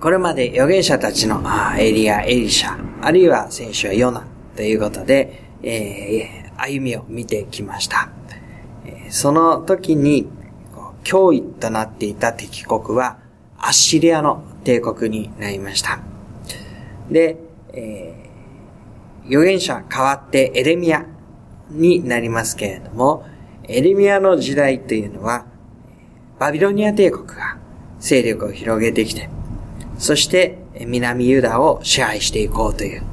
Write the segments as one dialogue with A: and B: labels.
A: これまで預言者たちのエリア、エリシャ、あるいは先週はヨナということで、歩みを見てきました。その時に脅威となっていた敵国はアッシリアの帝国になりました。で、預言者変わってエレミヤになりますけれども、エレミヤの時代というのはバビロニア帝国が勢力を広げてきて、そして南ユダを支配していこうという、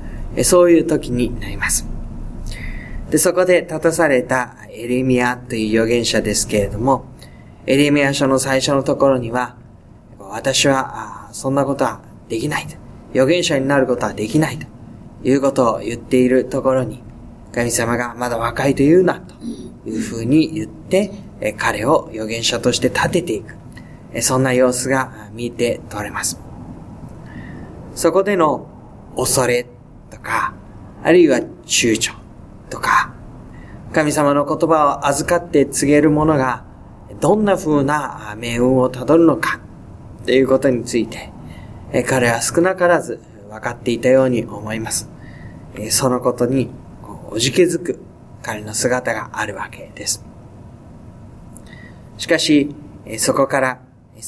A: そういう時になります。で、そこで立たされたエレミヤという預言者ですけれども、エレミヤ書の最初のところには、私はそんなことはできないと、預言者になることはできないということを言っているところに、神様がまだ若いと言うなというふうに言って、彼を預言者として立てていく、そんな様子が見て取れます。そこでの恐れとか、あるいは躊躇とか、神様の言葉を預かって告げる者がどんな風な命運をたどるのかということについて、彼は少なからず分かっていたように思います。そのことにおじけづく彼の姿があるわけです。しかし、そこから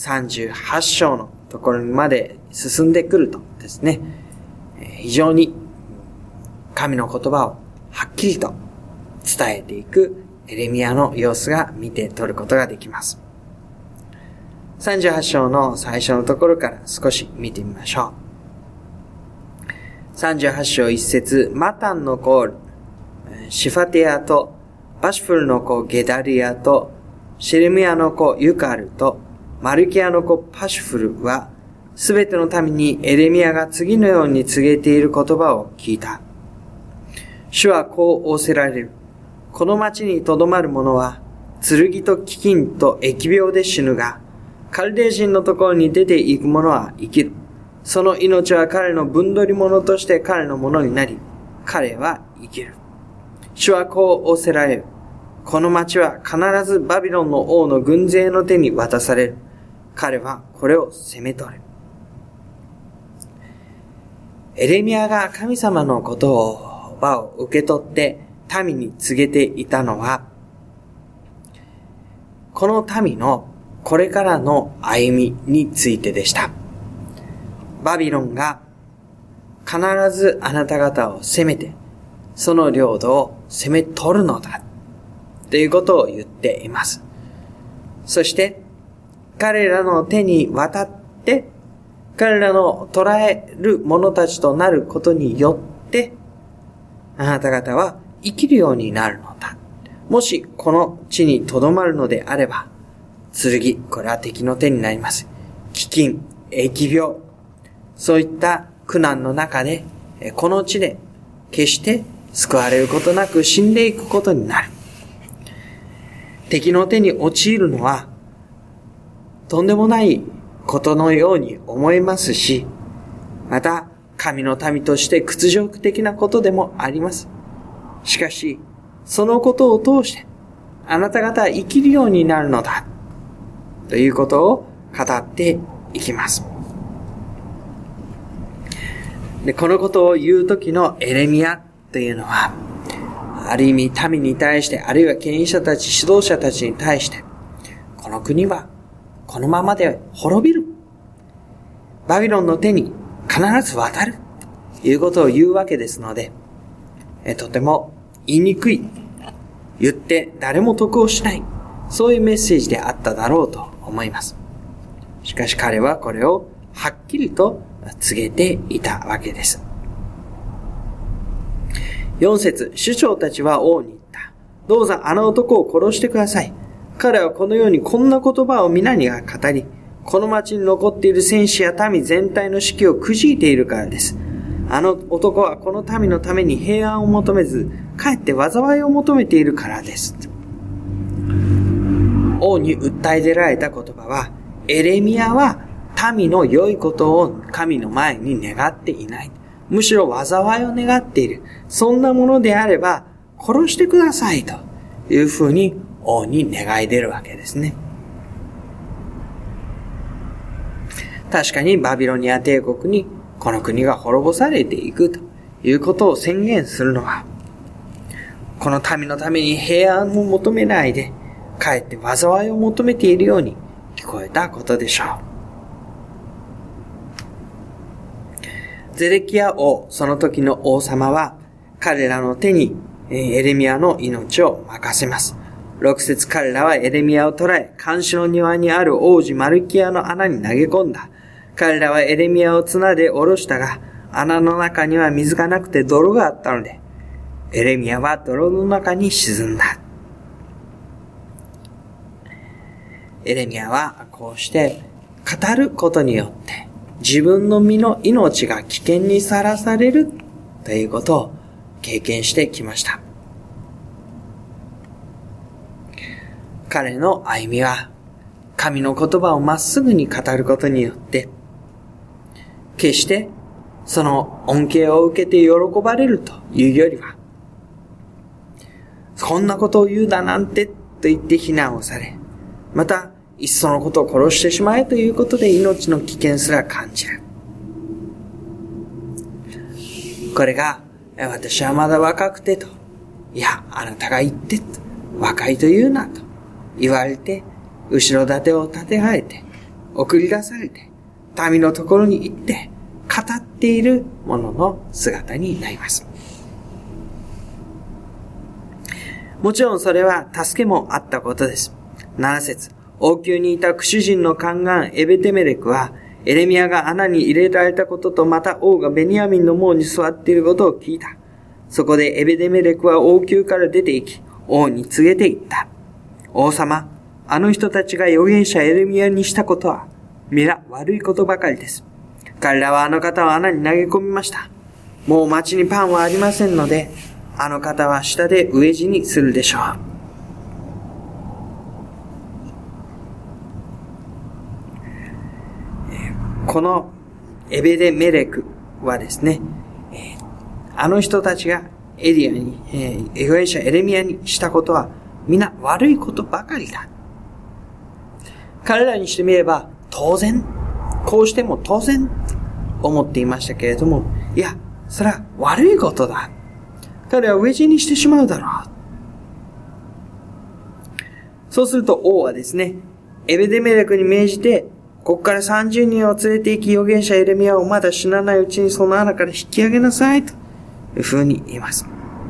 A: 38章のところにまで進んでくるとですね、非常に神の言葉をはっきりと伝えていくエレミヤの様子が見て取ることができます。38章の最初のところから少し見てみましょう。38章1節、マタンの子シファテヤとバシフルの子ゲダリヤとシェレミヤの子ユカルとマルキヤの子パシフルはすべての民にエレミヤが次のように告げている言葉を聞いた。主はこう仰せられる。この町にとどまる者は剣と飢饉と疫病で死ぬが、カルデー人のところに出て行く者は生きる。その命は彼の分取り物として彼のものになり、彼は生きる。主はこう仰せられる。この町は必ずバビロンの王の軍勢の手に渡される。彼はこれを攻め取る。エレミヤが神様の言葉を受け取って民に告げていたのは、この民のこれからの歩みについてでした。バビロンが必ずあなた方を攻めて、その領土を攻め取るのだということを言っています。そして彼らの手に渡って彼らの捕らえる者たちとなることによってあなた方は生きるようになるのだ。もしこの地に留まるのであれば、剣、これは敵の手になります。飢饉、疫病、そういった苦難の中でこの地で決して救われることなく死んでいくことになる。敵の手に陥るのはとんでもないことのように思いますし、また神の民として屈辱的なことでもあります。しかしそのことを通してあなた方は生きるようになるのだということを語っていきます。で、このことを言う時のエレミヤというのは、ある意味民に対して、あるいは権威者たち、指導者たちに対して、この国はこのままで滅びる。バビロンの手に必ず渡る。ということを言うわけですので、とても言いにくい。言って誰も得をしない。そういうメッセージであっただろうと思います。しかし彼はこれをはっきりと告げていたわけです。4節、首長たちは王に言った。どうぞあの男を殺してください。彼はこのようにこんな言葉を皆に語り、この町に残っている戦士や民全体の士気をくじいているからです。あの男はこの民のために平安を求めず、かえって災いを求めているからです。王に訴え出られた言葉は、エレミヤは民の良いことを神の前に願っていない。むしろ災いを願っている。そんなものであれば殺してくださいというふうに王に願い出るわけですね。 確かにバビロニア帝国にこの国が滅ぼされていくということを宣言するのは、この民のために平安を求めないで、かえって災いを求めているように聞こえたことでしょう。ゼデキヤ王、その時の王様は、彼らの手にエレミヤの命を任せます。6節、彼らはエレミヤを捕らえ、監視の庭にある王子マルキヤの穴に投げ込んだ。彼らはエレミヤを綱で下ろしたが、穴の中には水がなくて泥があったので、エレミヤは泥の中に沈んだ。エレミヤはこうして語ることによって自分の身の命が危険にさらされるということを経験してきました。彼の歩みは神の言葉をまっすぐに語ることによって決してその恩恵を受けて喜ばれるというよりは、こんなことを言うだなんてと言って非難をされ、またいっそのことを殺してしまえということで命の危険すら感じる。これが私はまだ若くてと、いやあなたが言ってと、若いと言うなと言われて、後ろ盾を立てられて送り出されて民のところに行って語っている者の姿になります。もちろんそれは助けもあったことです。7節、王宮にいたクシュ人の宦官エベテメレクは、エレミヤが穴に入れられたことと、また王がベニヤミンの門に座っていることを聞いた。そこでエベテメレクは王宮から出て行き、王に告げて言った。王様、あの人たちが預言者エレミヤにしたことは、皆悪いことばかりです。彼らはあの方を穴に投げ込みました。もう町にパンはありませんので、あの方は下で飢え死にするでしょう。このエベデメレクはですね、あの人たちがエリアに、預言者エレミヤにしたことは皆悪いことばかりだ。彼らにしてみれば当然、こうしても当然思っていましたけれども、いや、それは悪いことだ。彼は飢え死にしてしまうだろう。そうすると王はですね、エベデメレクに命じて、ここから30人を連れて行き、預言者エレミヤをまだ死なないうちにその穴から引き上げなさいというふうに言います。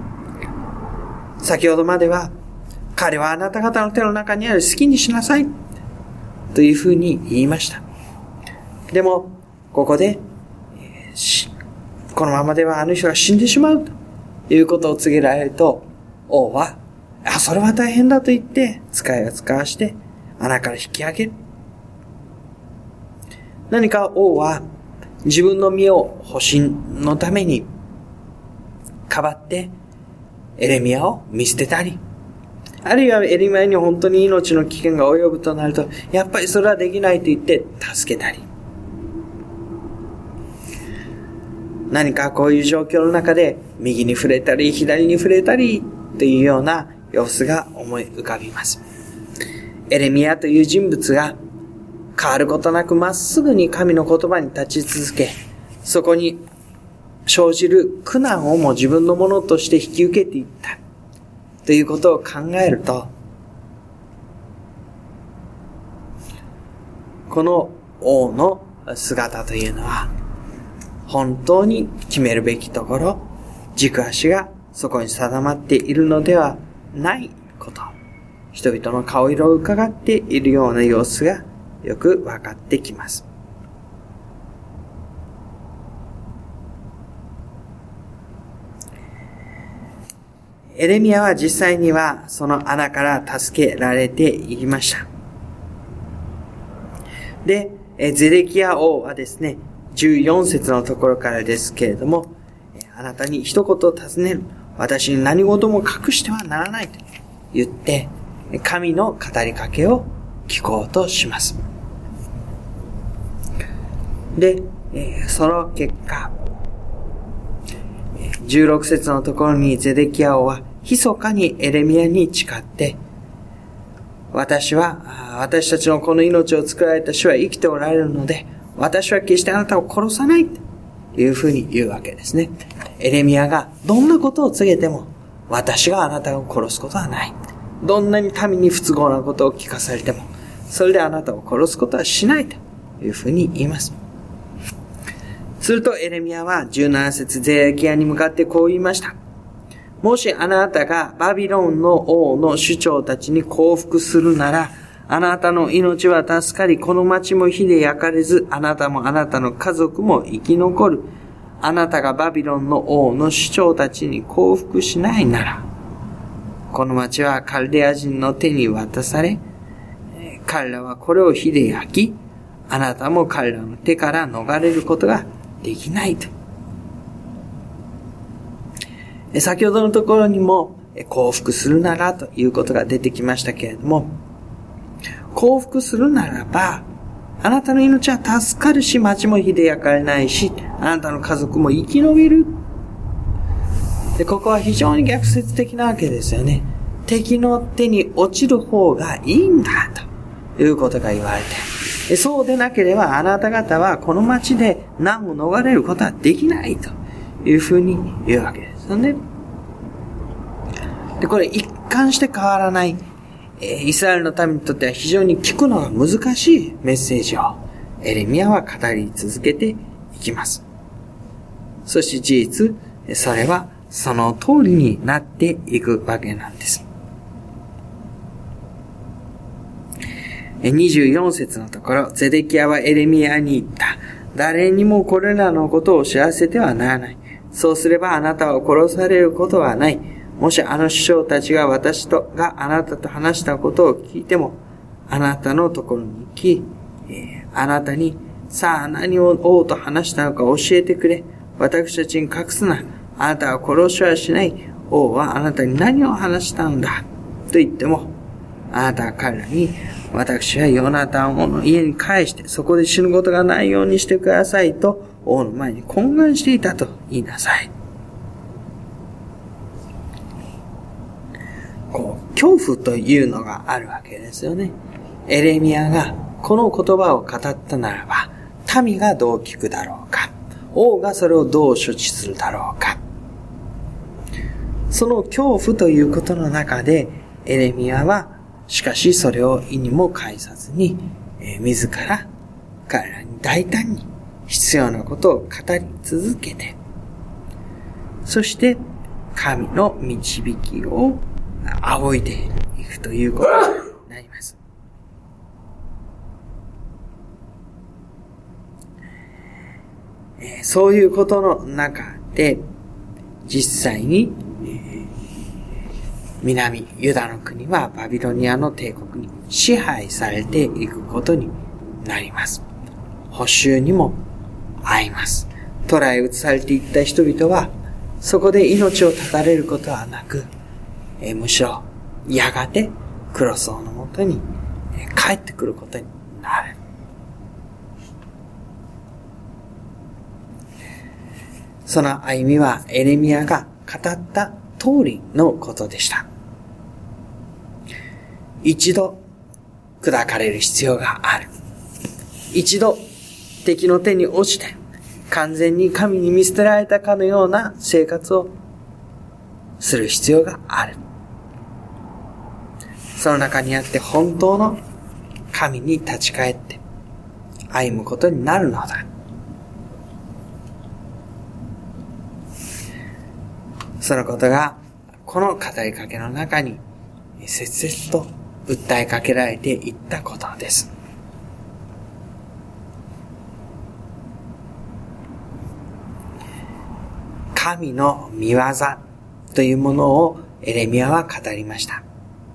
A: 先ほどまでは、彼はあなた方の手の中にある好きにしなさいというふうに言いました。でもここで、このままではあの人が死んでしまうということを告げられると、王は、それは大変だと言って、使いを使わして穴から引き上げる。何か王は自分の身を保身のためにかばってエレミヤを見捨てたり、あるいはエレミヤに本当に命の危険が及ぶとなると、やっぱりそれはできないと言って助けたり、何かこういう状況の中で右に触れたり左に触れたりというような様子が思い浮かびます。エレミヤという人物が変わることなくまっすぐに神の言葉に立ち続け、そこに生じる苦難をも自分のものとして引き受けていったということを考えると、この王の姿というのは本当に決めるべきところ、軸足がそこに定まっているのではないこと、人々の顔色を伺っているような様子がよく分かってきます。エレミヤは実際にはその穴から助けられていきました。で、ゼデキヤ王はですね、14節のところからですけれども、あなたに一言尋ねる。私に何事も隠してはならないと言って、神の語りかけを聞こうとします。で、その結果、16節のところにゼデキヤ王は密かにエレミヤに誓って、私たちのこの命を作られた主は生きておられるので、 私は決してあなたを殺さないというふうに言うわけですね。エレミヤがどんなことを告げても、私があなたを殺すことはない。どんなに民に不都合なことを聞かされても、それであなたを殺すことはしないというふうに言います。するとエレミヤは17節ゼデキヤに向かってこう言いました。もしあなたがバビロンの王の首長たちに降伏するなら、あなたの命は助かり、この町も火で焼かれず、あなたもあなたの家族も生き残る。あなたがバビロンの王の首長たちに降伏しないなら、この町はカルデア人の手に渡され、彼らはこれを火で焼き、あなたも彼らの手から逃れることができないと。先ほどのところにも降伏するならということが出てきましたけれども、降伏するならば、あなたの命は助かるし、町も火で焼かれないし、あなたの家族も生き延びる。で、ここは非常に逆説的なわけですよね。敵の手に落ちる方がいいんだということが言われて、そうでなければあなた方はこの町で難を逃れることはできないというふうに言うわけですよね。で、これ一貫して変わらない、イスラエルの民にとっては非常に聞くのが難しいメッセージをエレミヤは語り続けていきます。そして事実、それはその通りになっていくわけなんです。24節のところ、ゼデキヤはエレミヤに言った。誰にもこれらのことを知らせてはならない。そうすればあなたを殺されることはない。もしあの首相たちが私があなたと話したことを聞いても、あなたのところに行き、あなたに、さあ何を王と話したのか教えてくれ。私たちに隠すな。あなたは殺しはしない。王はあなたに何を話したのだ。と言っても、あなたは彼らに、私はヨナタン王の家に帰して、そこで死ぬことがないようにしてくださいと、王の前に懇願していたと言いなさい。恐怖というのがあるわけですよね。エレミヤがこの言葉を語ったならば、民がどう聞くだろうか。王がそれをどう処置するだろうか。その恐怖ということの中で、エレミヤは、しかしそれを意にも介さずに、自ら彼らに大胆に必要なことを語り続けて、そして神の導きを仰いでいくということになります。そういうことの中で、実際に、南ユダの国はバビロニアの帝国に支配されていくことになります。捕囚にも遭います。捕らえ移されていった人々は、そこで命を絶たれることはなく、むしろやがて黒僧のもとに帰ってくることになる。その歩みはエレミヤが語った通りのことでした。一度砕かれる必要がある。一度敵の手に落ちて完全に神に見捨てられたかのような生活をする必要がある。その中にあって本当の神に立ち返って歩むことになるのだ。そのことがこの語りかけの中に切々と訴えかけられていったことです。神の御業というものをエレミヤは語りました。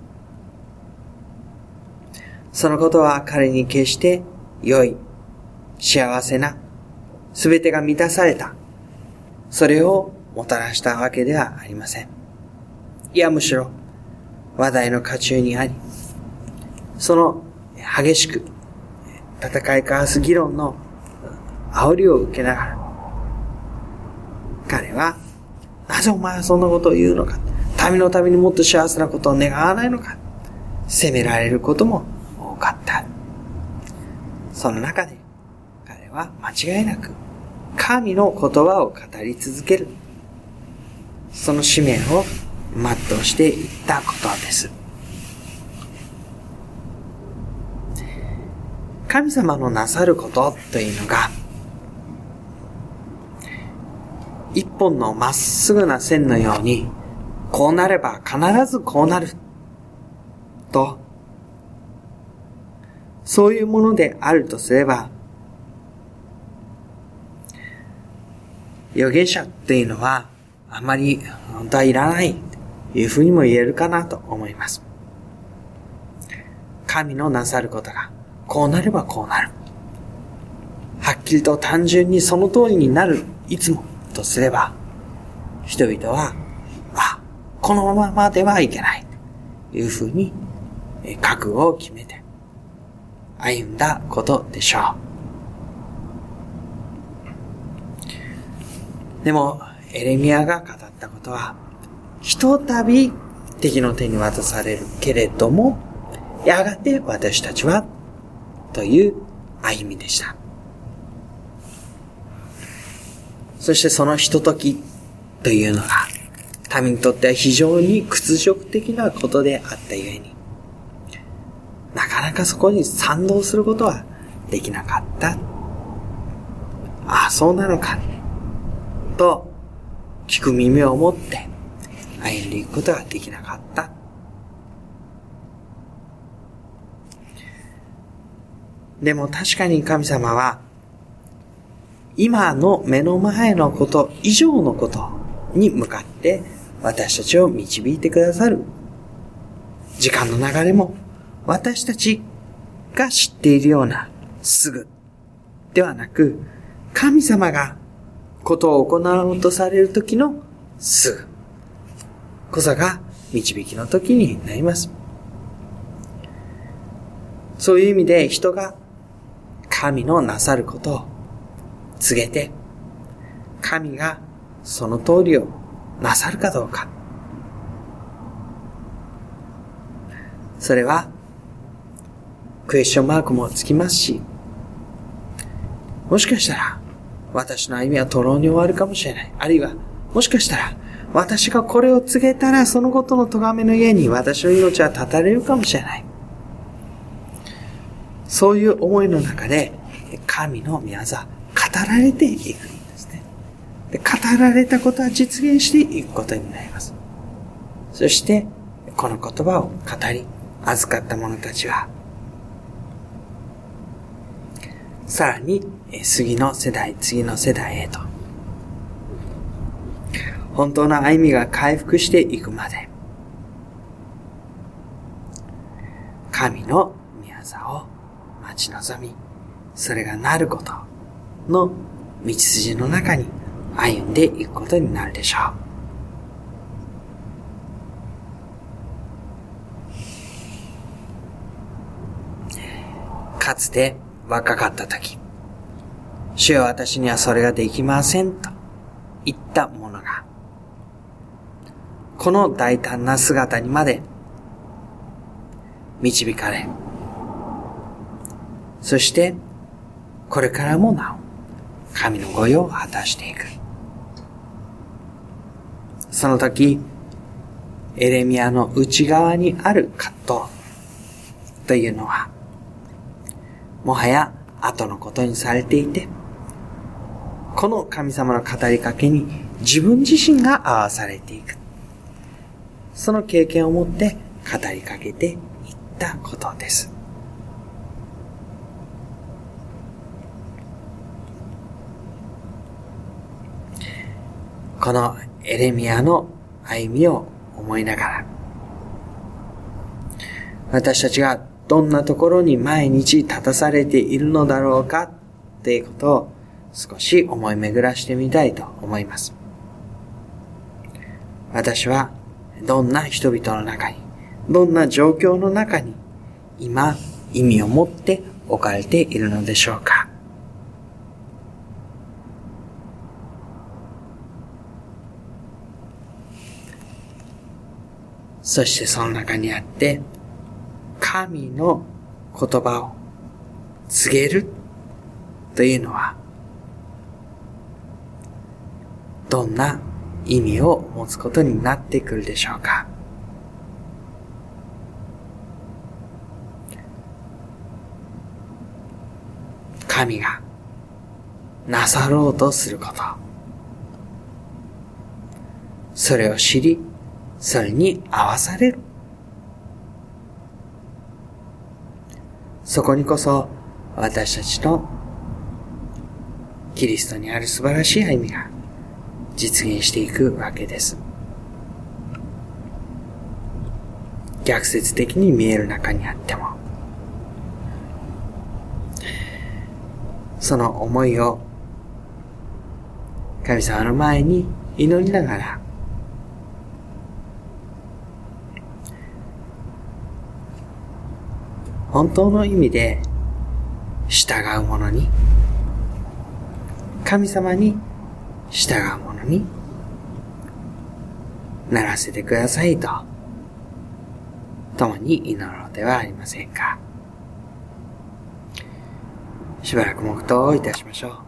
A: そのことは彼に決して良い、幸せな、すべてが満たされた、それをもたらしたわけではありません。いやむしろ話題の渦中にあり、その激しく戦い交わす議論の煽りを受けながら、彼はなぜお前はそんなことを言うのか、民のためにもっと幸せなことを願わないのか、責められることも多かった。その中で彼はは間違いなく神の言葉を語り続ける、その使命を全うしていったことです。神様のなさることというのが、一本のまっすぐな線のように、こうなれば必ずこうなると、そういうものであるとすれば、預言者というのはあまり本当はいらないというふうにも言えるかなと思います。神のなさることがこうなればこうなる、はっきりと単純にその通りになるいつもとすれば、人々はこのままではいけないというふうに覚悟を決めて歩んだことでしょう。でもエレミヤが語ったことは、ひとたび敵の手に渡されるけれども、やがて私たちはという歩みでした。そしてそのひとときというのが民にとっては非常に屈辱的なことであったゆえに、なかなかそこに賛同することはできなかった。そうなのかと聞く耳を持って歩んでいくことができなかった。でも確かに神様は今の目の前のこと以上のことに向かって私たちを導いてくださる。時間の流れも私たちが知っているようなすぐではなく、神様がことを行おうとされる時のすぐこそが導きの時になります。そういう意味で人が神のなさることを告げて、神がその通りをなさるかどうか、それはクエスチョンマークもつきますし、もしかしたら私の歩みは徒労に終わるかもしれない。あるいはもしかしたら私がこれを告げたらそのことの咎めの家に私の命は絶たれるかもしれない。そういう思いの中で神の御業は語られていくんですね。で、語られたことは実現していくことになります。そしてこの言葉を語り預かった者たちは、さらに次の世代へと本当の歩みが回復していくまで、神の御業を待ち望み、それがなることの道筋の中に歩んでいくことになるでしょう。かつて若かった時、主よ私にはそれができませんと言った者が、この大胆な姿にまで導かれ、そしてこれからもなお神の御用を果たしていく。その時エレミヤの内側にある葛藤というのはもはや後のことにされていて、この神様の語りかけに自分自身が合わされていく、その経験を持って語りかけていったことです。このエレミヤの歩みを思いながら、私たちがどんなところに毎日立たされているのだろうかということを少し思い巡らしてみたいと思います。私はどんな人々の中に、どんな状況の中に今意味を持って置かれているのでしょうか。そしてその中にあって神の言葉を告げるというのは、どんな意味を持つことになってくるでしょうか。神がなさろうとすること、それを知り、それに合わされる。そこにこそ私たちのキリストにある素晴らしい歩みが実現していくわけです。逆説的に見える中にあっても、その思いを神様の前に祈りながら、本当の意味で従う者に、神様に従う者にならせてくださいと共に祈ろうではありませんか。しばらく黙祷をいたしましょう。